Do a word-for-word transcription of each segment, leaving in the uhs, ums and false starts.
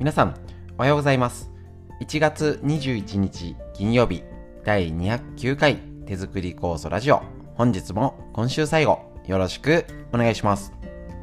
皆さんおはようございます。いちがつにじゅういちにち金曜日、だいにひゃくきゅうかい手作り酵素ラジオ、本日も今週最後よろしくお願いします。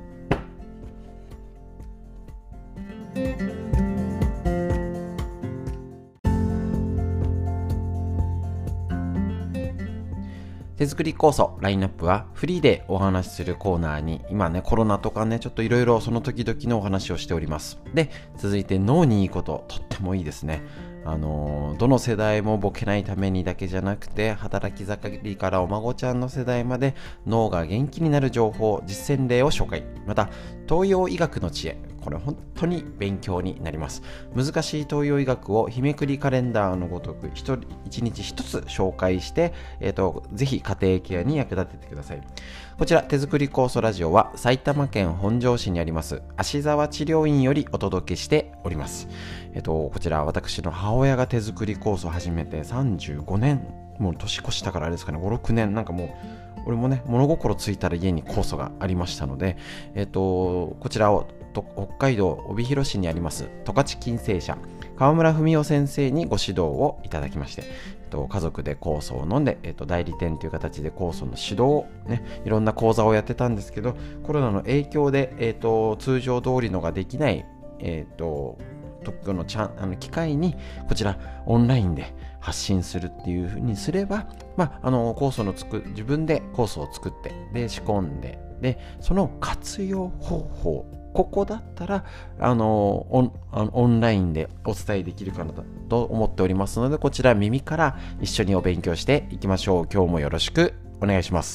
手作り酵素ラインナップはフリーでお話しするコーナーに、今ねコロナとかねちょっといろいろその時々のお話をしております。で、続いて脳にいいこと、とってもいいですね。あのー、どの世代もボケないためにだけじゃなくて、働き盛りからお孫ちゃんの世代まで脳が元気になる情報、実践例を紹介。また東洋医学の知恵、これ本当に勉強になります。難しい東洋医学を日めくりカレンダーのごとく一人一日一つ紹介して、えーと、ぜひ家庭ケアに役立ててください。こちら手作り酵素ラジオは埼玉県本庄市にあります芦沢治療院よりお届けしております。えっと、こちら私の母親が手作り酵素を始めてさんじゅうごねん、もう年越したからあれですかね、ご、ろくねん、なんかもう俺もね物心ついたら家に酵素がありましたので、えっと、こちらを北海道帯広市にあります十勝金星社川村文夫先生にご指導をいただきまして、えっと、家族で酵素を飲んで、えっと、代理店という形で酵素の指導をね、いろんな講座をやってたんですけど、コロナの影響で、えっと、通常通りのができない、えっと、特許のチャンあの機会にこちらオンラインで発信するっていう風にすれば、まあ、あの酵素のつく自分で酵素を作ってで仕込んで、でその活用方法、ここだったらあのオン、あのオンラインでお伝えできるかなと思っておりますので、こちら耳から一緒にお勉強していきましょう。今日もよろしくお願いします。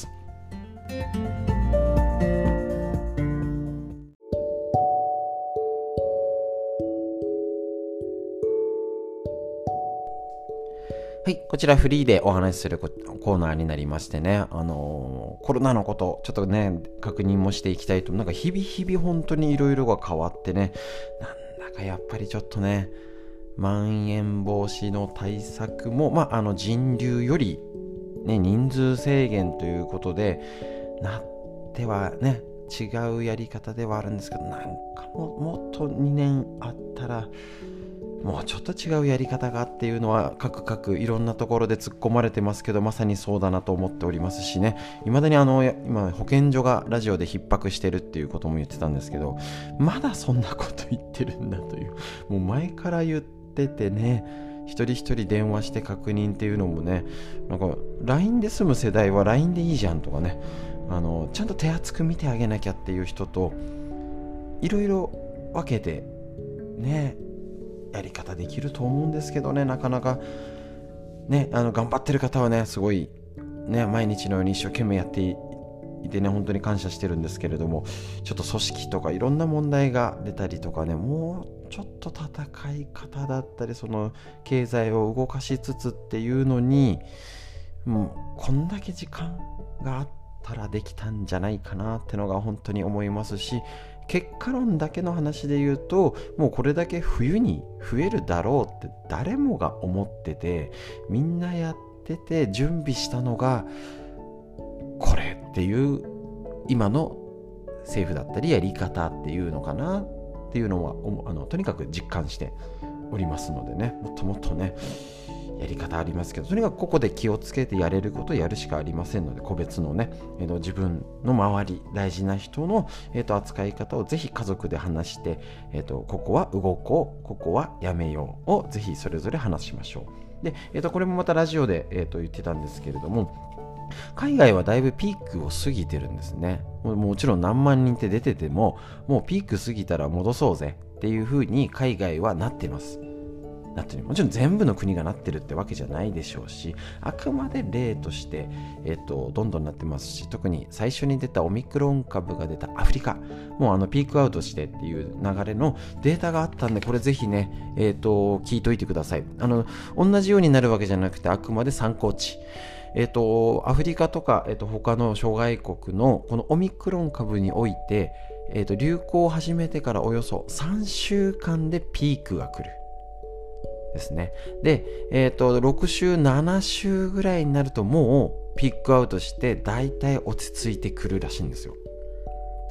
はい、こちらフリーでお話しするコーナーになりましてね、あのー、コロナのことちょっとね確認もしていきたいと。なんか日々日々本当にいろいろが変わってね、なんだかやっぱりちょっとね、まん延防止の対策も、まあ、あの人流より、ね、人数制限ということでなってはね、違うやり方ではあるんですけど、なんかももっとにねんあったらもうちょっと違うやり方がっていうのは各々いろんなところで突っ込まれてますけど、まさにそうだなと思っておりますしね、いまだにあの今保健所がラジオで逼迫してるっていうことも言ってたんですけど、まだそんなこと言ってるんだという、もう前から言っててね、一人一人電話して確認っていうのもね、なんか ライン で済む世代は ライン でいいじゃんとかね、あのちゃんと手厚く見てあげなきゃっていう人といろいろ分けてねやり方できると思うんですけどね、なかなかね、あの頑張ってる方はねすごいね毎日のように一生懸命やっていてね、本当に感謝してるんですけれども、ちょっと組織とかいろんな問題が出たりとかね、もうちょっと戦い方だったり、その経済を動かしつつっていうのに、もうこんだけ時間があったらできたんじゃないかなってのが本当に思いますし、結果論だけの話で言うと、もうこれだけ冬に増えるだろうって誰もが思ってて、みんなやってて準備したのがこれっていう今の政府だったりやり方っていうのかなっていうのはあのとにかく実感しておりますのでね、もっともっとねやり方ありますけど、とにかくここで気をつけてやれることをやるしかありませんので、個別のね、えー、と自分の周り大事な人の、えー、と扱い方をぜひ家族で話して、えー、とここは動こう、ここはやめようをぜひそれぞれ話しましょう。で、えー、とこれもまたラジオで、えー、と言ってたんですけれども、海外はだいぶピークを過ぎてるんですね。も, もちろん何万人って出てても、もうピーク過ぎたら戻そうぜっていう風に海外はなってます。なってる。もちろん全部の国がなってるってわけじゃないでしょうし、あくまで例として、えっと、どんどんなってますし、特に最初に出たオミクロン株が出たアフリカ、もうあのピークアウトしてっていう流れのデータがあったんで、これぜひね、えっと、聞いといてください。あの、同じようになるわけじゃなくて、あくまで参考値。えっと、アフリカとか、えっと、他の諸外国のこのオミクロン株において、えっと、流行を始めてからおよそさんしゅうかんでピークが来る。ですね。で、えっと、ろくしゅう、ななしゅうぐらいになるともうピックアウトして大体落ち着いてくるらしいんですよ。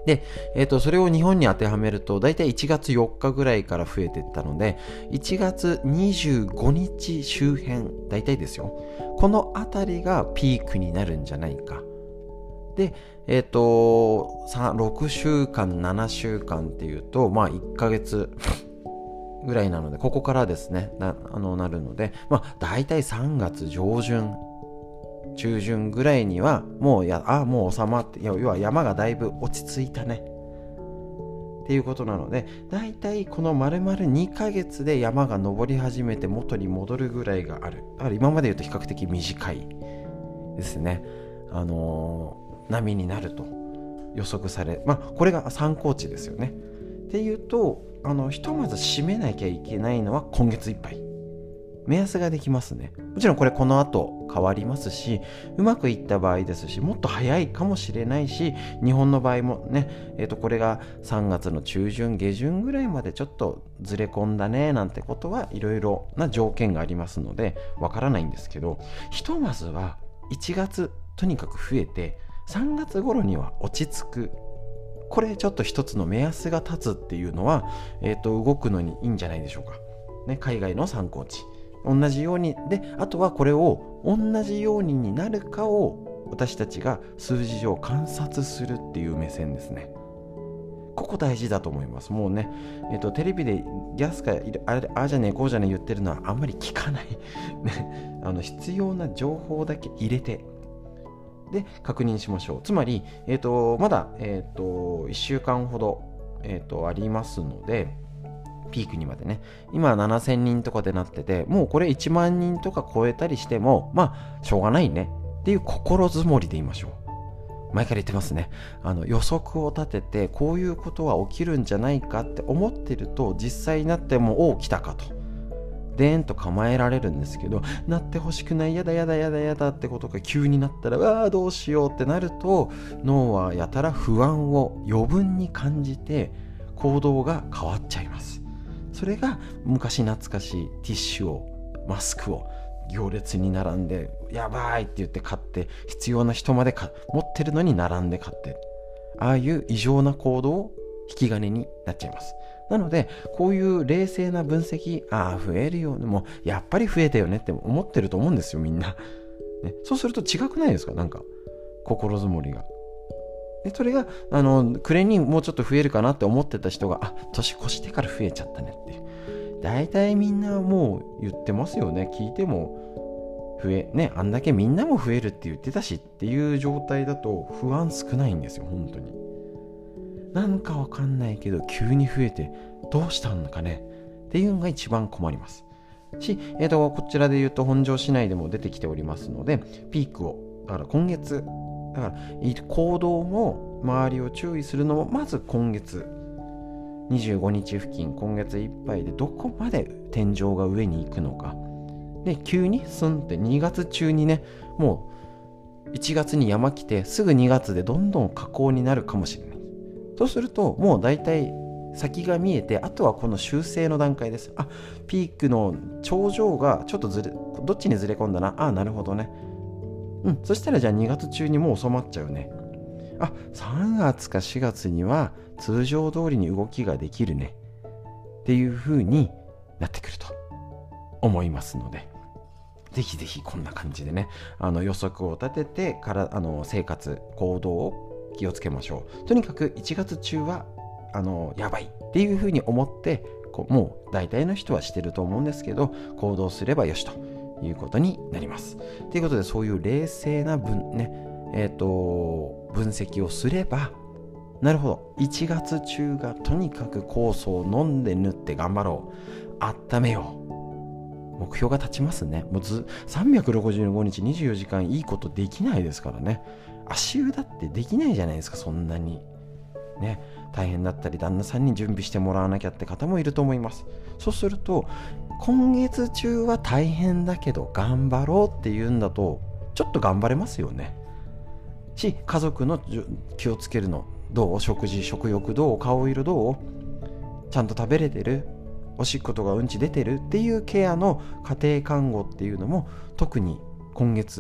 で、えっと、それを日本に当てはめると、だいたいいちがつよっかぐらいから増えていったので、いちがつにじゅうごにち周辺、だいたいですよ。このあたりがピークになるんじゃないか。で、えっと、ろくしゅうかん、ななしゅうかんっていうと、まあいっかげつぐらいなので、ここからですね、な、あの、なるので、まあだいたいさんがつじょうじゅん、中旬ぐらいにはもうやあもう収まって、要は山がだいぶ落ち着いたねっていうことなので、だいたいこの丸々にかげつで山が登り始めて元に戻るぐらいがある。だから今まで言うと比較的短いですね。あのー、波になると予測され、まあこれが参考値ですよね。っていうと、あのひとまず締めなきゃいけないのは今月いっぱい。目安ができますね。もちろんこれこの後変わりますし、うまくいった場合ですし、もっと早いかもしれないし、日本の場合もね、えっとこれがさんがつの中旬下旬ぐらいまでちょっとずれ込んだねなんてことはいろいろな条件がありますのでわからないんですけど、ひとまずはいちがつとにかく増えてさんがつ頃には落ち着く。これちょっと一つの目安が立つっていうのは、えっと動くのにいいんじゃないでしょうか。ね、海外の参考値。同じようにで、あとはこれを同じようにになるかを私たちが数字上観察するっていう目線ですね。ここ大事だと思います。もうね、えっとテレビでギャスかあれああじゃねえこうじゃねえ言ってるのはあんまり聞かないね、あの必要な情報だけ入れてで確認しましょう。つまり、えっとまだ、えっといっしゅうかんほど、えっとありますので、ピークにまでね、今はななせんにんとかでなってて、もうこれいちまんにんとか超えたりしてもまあしょうがないねっていう心づもりで言いましょう。前から言ってますね。あの予測を立ててこういうことは起きるんじゃないかって思ってると、実際になってもおお来たかとでーんと構えられるんですけど、なってほしくない、やだやだやだやだってことが急になったら、わあどうしようってなると、脳はやたら不安を余分に感じて行動が変わっちゃいます。それが昔懐かしいティッシュをマスクを行列に並んでやばいって言って買って、必要な人までか持ってるのに並んで買って、ああいう異常な行動を引き金になっちゃいます。なのでこういう冷静な分析、ああ増えるよね、もうやっぱり増えたよねって思ってると思うんですよみんな、ね、そうすると違くないですか、なんか心づもりが。でそれがあの暮れにもうちょっと増えるかなって思ってた人が、あ年越してから増えちゃったねっていう、大体みんなもう言ってますよね。聞いても増えね、あんだけみんなも増えるって言ってたしっていう状態だと不安少ないんですよ。本当になんかわかんないけど急に増えてどうしたんだかねっていうのが一番困りますし、えーとこちらで言うと本庄市内でも出てきておりますので、ピークをだから今月だから行動も周りを注意するのもまず今月にじゅうごにち付近、今月いっぱいでどこまで天井が上に行くのかで、急にスンってにがつ中にね、もういちがつに山来てすぐにがつでどんどん下降になるかもしれない。そうするともう大体先が見えて、あとはこの修正の段階です。あ、ピークの頂上がちょっとずれどっちにずれ込んだな、あ、なるほどね、うん、そしたらじゃあにがつ中にもう収まっちゃうね。あ、さんがつかしがつには通常通りに動きができるねっていう風になってくると思いますので、ぜひぜひこんな感じでね、あの予測を立ててからあの生活行動を気をつけましょう。とにかくいちがつ中はあのやばいっていう風に思ってこうもう大体の人はしてると思うんですけど、行動すればよしということになります。ということで、そういう冷静な分ね、えっと分析をすれば、なるほど、いちがつ中がとにかく酵素を飲んで塗って頑張ろう、温めよう、目標が立ちますね。もうずさんびゃくろくじゅうごにちにじゅうよじかんいいことできないですからね。足湯だってできないじゃないですか、そんなにね。大変だったり旦那さんに準備してもらわなきゃって方もいると思います。そうすると今月中は大変だけど頑張ろうっていうんだとちょっと頑張れますよね。し、家族の気をつけるのどう、食事食欲どう、顔色どう、ちゃんと食べれてる、おしっことかうんち出てるっていうケアの家庭看護っていうのも特に今月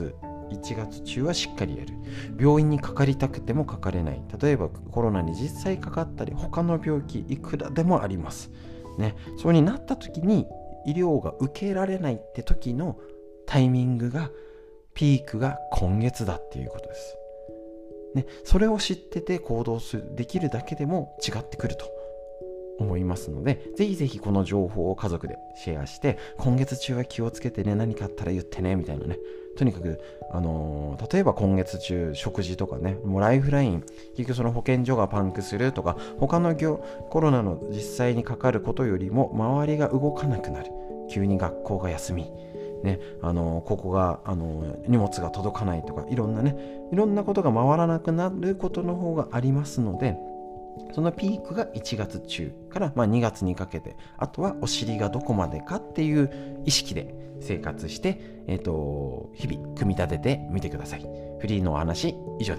いちがつ中はしっかりやる。病院にかかりたくてもかかれない。例えばコロナに実際かかったり、他の病気いくらでもあります。ね、そうになった時に医療が受けられないって時のタイミングが、ピークが今月だっていうことです。ね、それを知ってて行動する、できるだけでも違ってくると思いますので、ぜひぜひこの情報を家族でシェアして、今月中は気をつけてね、何かあったら言ってねみたいなね。とにかく、あのー、例えば今月中食事とかね、もうライフライン、結局その保健所がパンクするとか、他の業コロナの実際にかかることよりも周りが動かなくなる、急に学校が休みね、あのここがあの荷物が届かないとか、いろんなねいろんなことが回らなくなることの方がありますので、そのピークがいちがつ中から、まあ、にがつにかけて、あとはお尻がどこまでかっていう意識で生活して、えーと、日々組み立ててみてください。フリーのお話以上です。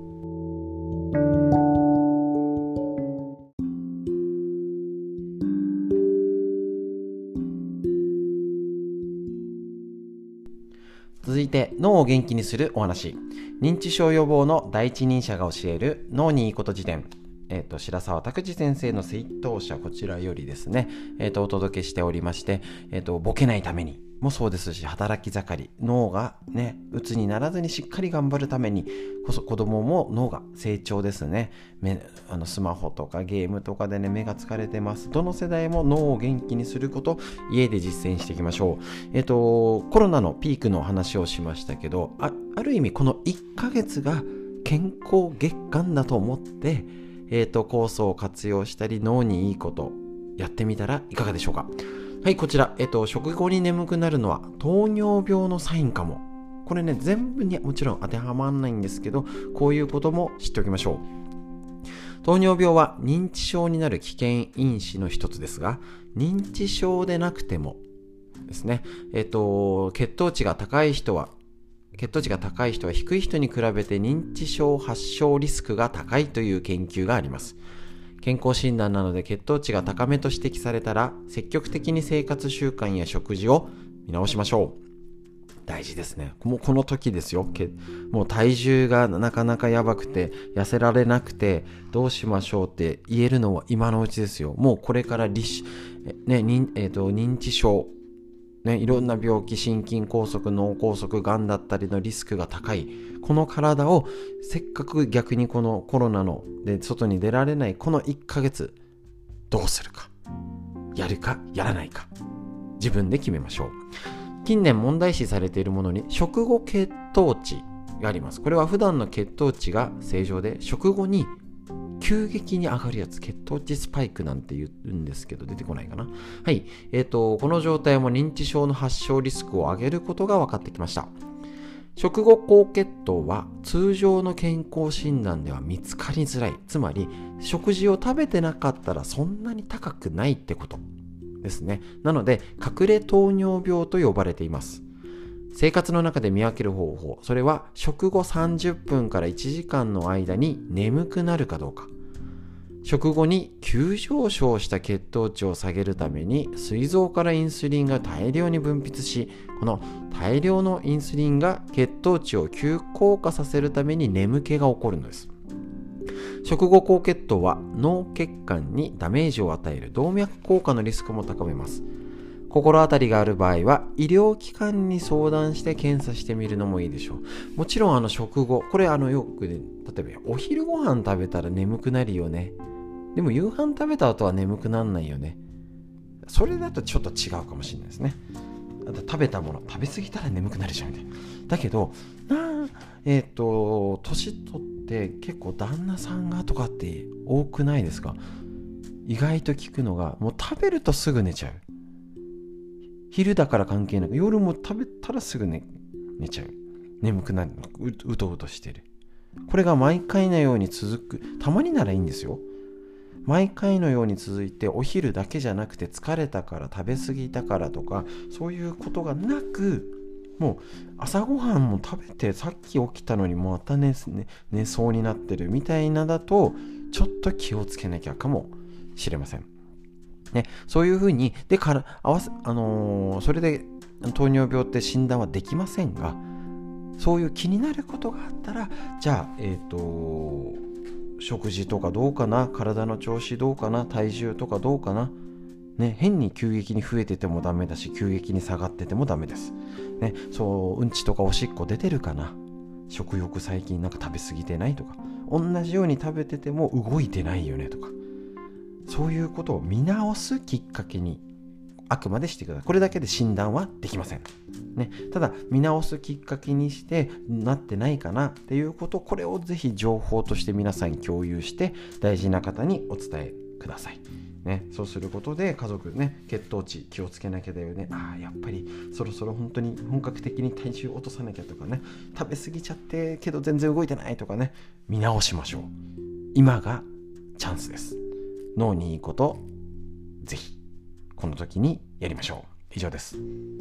続いて、脳を元気にするお話。認知症予防の第一人者が教える脳にいいこと辞典。えっと、白沢拓司先生の水筒社、こちらよりですね、えっと、お届けしておりまして、えっと、ボケないためにもそうですし、働き盛り、脳がね、鬱にならずにしっかり頑張るためにこそ、子供も脳が成長ですね。目あのスマホとかゲームとかでね、目が疲れてます。どの世代も脳を元気にすること、家で実践していきましょう。えっと、コロナのピークの話をしましたけど、あ、ある意味このいっかげつが健康月間だと思って、えーと、酵素を活用したり脳にいいことやってみたらいかがでしょうか。はい、こちら、えーと、食後に眠くなるのは糖尿病のサインかも。これね、全部にもちろん当てはまらないんですけど、こういうことも知っておきましょう。糖尿病は認知症になる危険因子の一つですが、認知症でなくてもですね、えーと、血糖値が高い人は血糖値が高い人は低い人に比べて認知症発症リスクが高いという研究があります。健康診断などで血糖値が高めと指摘されたら、積極的に生活習慣や食事を見直しましょう。大事ですね。もうこの時ですよ。もう体重がなかなかやばくて痩せられなくてどうしましょうって言えるのは今のうちですよ。もうこれからリシ、ね、認、えーと、認知症ね、いろんな病気、心筋梗塞、脳梗塞、がんだったりのリスクが高いこの体を、せっかく逆にこのコロナので外に出られないこのいっかげつどうするか、やるかやらないか自分で決めましょう。近年問題視されているものに食後血糖値があります。これは普段の血糖値が正常で食後に急激に上がるやつ、血糖値スパイクなんて言うんですけど、出てこないかな。はい、えーと、この状態も認知症の発症リスクを上げることが分かってきました。食後高血糖は通常の健康診断では見つかりづらい。つまり食事を食べてなかったらそんなに高くないってことですね。なので隠れ糖尿病と呼ばれています。生活の中で見分ける方法、それは食後さんじゅっぷんからいちじかんの間に眠くなるかどうか。食後に急上昇した血糖値を下げるために膵臓からインスリンが大量に分泌し、この大量のインスリンが血糖値を急降下させるために眠気が起こるのです。食後高血糖は脳血管にダメージを与える動脈硬化のリスクも高めます。心当たりがある場合は医療機関に相談して検査してみるのもいいでしょう。もちろんあの食後、これあのよく、ね、例えばお昼ご飯食べたら眠くなるよね。でも夕飯食べた後は眠くならないよね。それだとちょっと違うかもしれないですね。あと食べたもの食べ過ぎたら眠くなるじゃんみたいな。だけどなえっ、ー、と年取って結構旦那さんがとかって多くないですか。意外と聞くのが、もう食べるとすぐ寝ちゃう。昼だから関係なく夜も食べたらすぐ 寝, 寝ちゃう。眠くなる。 う, うとうとしてる。これが毎回のように続く。たまにならいいんですよ。毎回のように続いて、お昼だけじゃなくて疲れたから食べ過ぎたからとかそういうことがなく、もう朝ごはんも食べてさっき起きたのにまた 寝, 寝, 寝そうになってるみたいなだと、ちょっと気をつけなきゃかもしれませんね。そういうふうにでから合わせ、あのー、それで糖尿病って診断はできませんが、 そういう気になることがあったら、じゃあ、えっと、食事とかどうかな、体の調子どうかな、体重とかどうかな、ね、変に急激に増えててもダメだし、急激に下がっててもダメです、ね、そううんちとかおしっこ出てるかな、食欲最近なんか食べ過ぎてないとか、同じように食べてても動いてないよねとか、そういうことを見直すきっかけにあくまでしてください。これだけで診断はできません、ね、ただ見直すきっかけにしてなってないかなっていうこと、これをぜひ情報として皆さん共有して大事な方にお伝えください、ね、そうすることで家族ね、血糖値気をつけなきゃだよね、ああやっぱりそろそろ本当に本格的に体重落とさなきゃとかね、食べ過ぎちゃってけど全然動いてないとかね、見直しましょう。今がチャンスです。脳にいいことぜひこの時にやりましょう。以上です。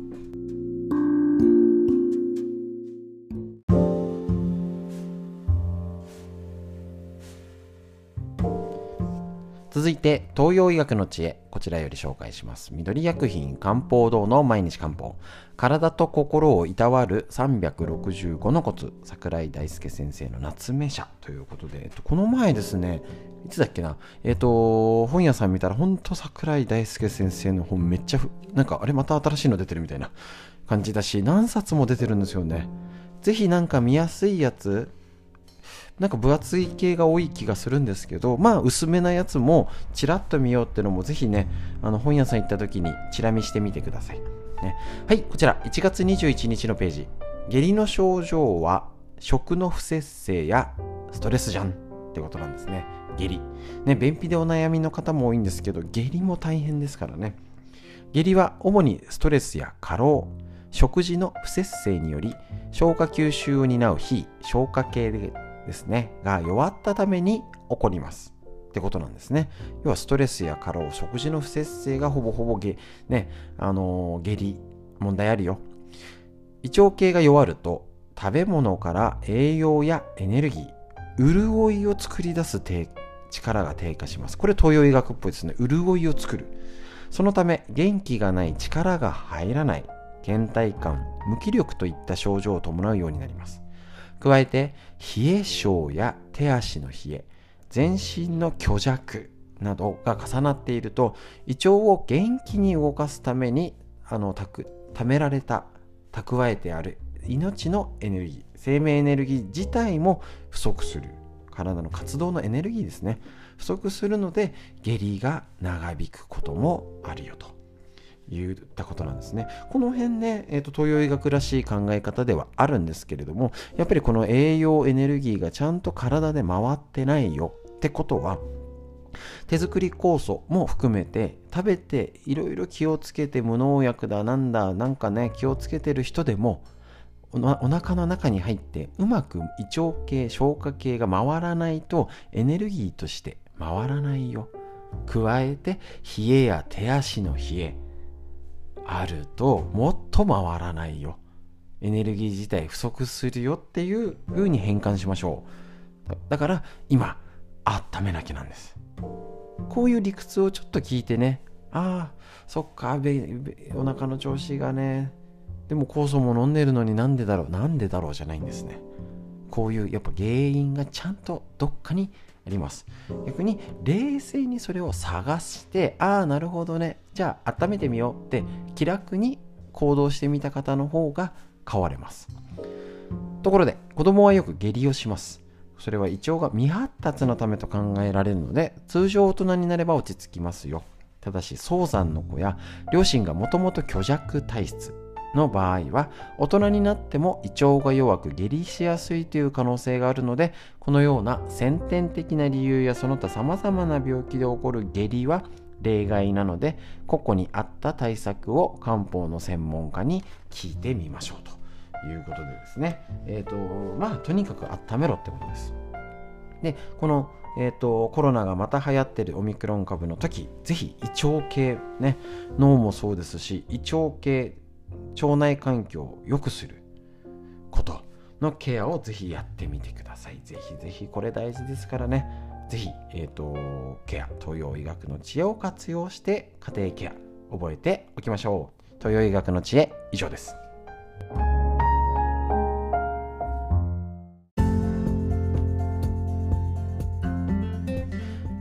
続いて東洋医学の知恵、こちらより紹介します。緑薬品漢方堂の毎日漢方、体と心をいたわるさんびゃくろくじゅうごのコツ、櫻井大輔先生の夏目社ということで、えっと、この前ですね、いつだっけな、えっと本屋さん見たら、ほんと櫻井大輔先生の本めっちゃなんかあれまた新しいの出てるみたいな感じだし、何冊も出てるんですよね。ぜひなんか見やすいやつ、なんか分厚い系が多い気がするんですけど、まあ薄めなやつもチラッと見ようってのもぜひね、あの本屋さん行った時にチラ見してみてください、ね、はい、こちらいちがつにじゅういちにちのページ、下痢の症状は食の不節制やストレスじゃんってことなんですね。下痢ね、便秘でお悩みの方も多いんですけど、下痢も大変ですからね。下痢は主にストレスや過労、食事の不節制により消化吸収を担う非消化系でですねが弱ったために起こりますってことなんですね。要はストレスや過労、食事の不節制がほぼほぼ下、ね、あのー、下痢問題あるよ。胃腸系が弱ると食べ物から栄養やエネルギー、潤いを作り出す力が低下します。これ東洋医学っぽいですね。潤いを作る。そのため元気がない、力が入らない、倦怠感、無気力といった症状を伴うようになります。加えて冷え性や手足の冷え、全身の虚弱などが重なっていると、胃腸を元気に動かすためにあのたくためられた蓄えてある命のエネルギー、生命エネルギー自体も不足する。体の活動のエネルギーですね、不足するので下痢が長引くこともあるよと言ったことなんですね。この辺ね、えーと、東洋医学らしい考え方ではあるんですけれども、やっぱりこの栄養エネルギーがちゃんと体で回ってないよってことは、手作り酵素も含めて食べていろいろ気をつけて、無農薬だなんだなんかね気をつけてる人でもお腹の中に入ってうまく胃腸系消化系が回らないとエネルギーとして回らないよ。加えて冷えや手足の冷えあるともっと回らないよ、エネルギー自体不足するよっていう風に変換しましょう。だから今温めなきゃなんです。こういう理屈をちょっと聞いてね、ああそっか、お腹の調子がね、でも酵素も飲んでるのになんでだろうなんでだろうじゃないんですね。こういうやっぱ原因がちゃんとどっかにあります。逆に冷静にそれを探して、ああなるほどね、じゃあ温めてみようって気楽に行動してみた方の方が変われます。ところで子供はよく下痢をします。それは胃腸が未発達のためと考えられるので、通常大人になれば落ち着きますよ。ただし早産の子や両親がもともと虚弱体質の場合は、大人になっても胃腸が弱く下痢しやすいという可能性があるので、このような先天的な理由やその他様々な病気で起こる下痢は例外なので、個々に合った対策を漢方の専門家に聞いてみましょうということでですね、えっとまあとにかく温めろってことです。でこのえーと、コロナがまた流行ってるオミクロン株の時、ぜひ胃腸系ね、脳もそうですし胃腸系、腸内環境を良くすることのケアをぜひやってみてください。ぜひぜひこれ大事ですからね。ぜひ、えーと、ケア、東洋医学の知恵を活用して家庭ケア覚えておきましょう。東洋医学の知恵以上です。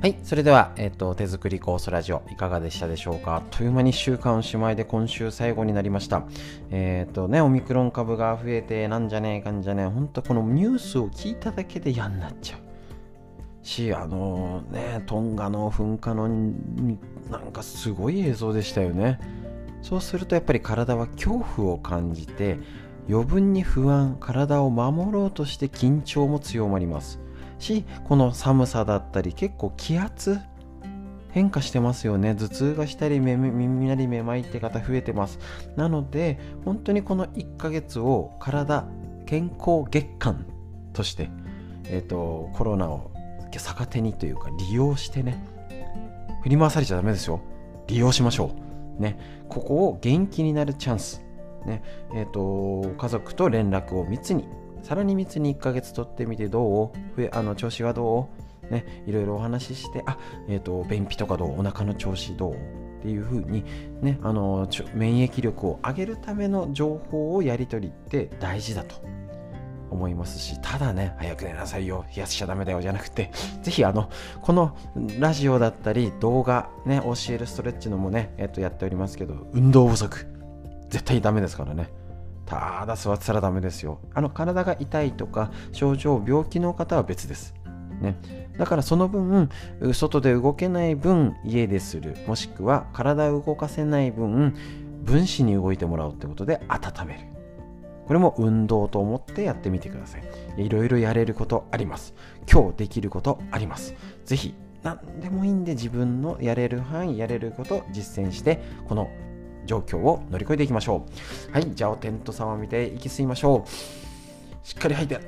はい、それでは、えっと、手作り酵素ラジオいかがでしたでしょうか。あっという間にいっしゅうかんおしまいで今週最後になりました。えっとね、オミクロン株が増えてなんじゃねえかんじゃねえ、ほんとこのニュースを聞いただけで嫌になっちゃうし、あのね、トンガの噴火のなんかすごい映像でしたよね。そうするとやっぱり体は恐怖を感じて、余分に不安、体を守ろうとして緊張も強まりますし、この寒さだったり結構気圧変化してますよね。頭痛がしたり耳鳴りめまいって方増えてます。なので本当にこのいっかげつを体健康月間として、えーと、コロナを逆手にというか利用してね、振り回されちゃダメですよ。利用しましょうね。ここを元気になるチャンスね。えーと、家族と連絡を密に、さらに密にいっかげつ取ってみてどう？あの調子はどう？ね、いろいろお話しして、あ、えっと、便秘とかどう？お腹の調子どう？っていう風にね、あの免疫力を上げるための情報をやり取りって大事だと思いますし、ただね、早く寝なさいよ、冷やしちゃダメだよじゃなくて、ぜひあのこのラジオだったり動画ね、教えるストレッチのもね、えっとやっておりますけど、運動不足絶対ダメですからね。ただ座ってたらダメですよ。あの体が痛いとか症状病気の方は別ですね。だからその分外で動けない分家でする、もしくは体を動かせない分分子に動いてもらうってことで温める。これも運動と思ってやってみてください。いろいろやれることあります。今日できることあります。ぜひ何でもいいんで自分のやれる範囲やれることを実践してこの状況を乗り越えていきましょう。はい、じゃあおテント様を見て息吸いましょう。しっかり吐いて、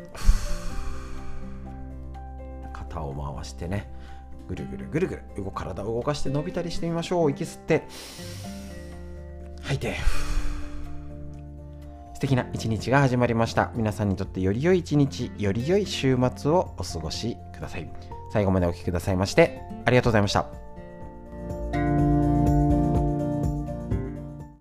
肩を回してね、ぐるぐるぐるぐる動体を動かして伸びたりしてみましょう。息吸って吐いて、素敵な一日が始まりました。皆さんにとってより良い一日、より良い週末をお過ごしください。最後までお聞きくださいましてありがとうございました。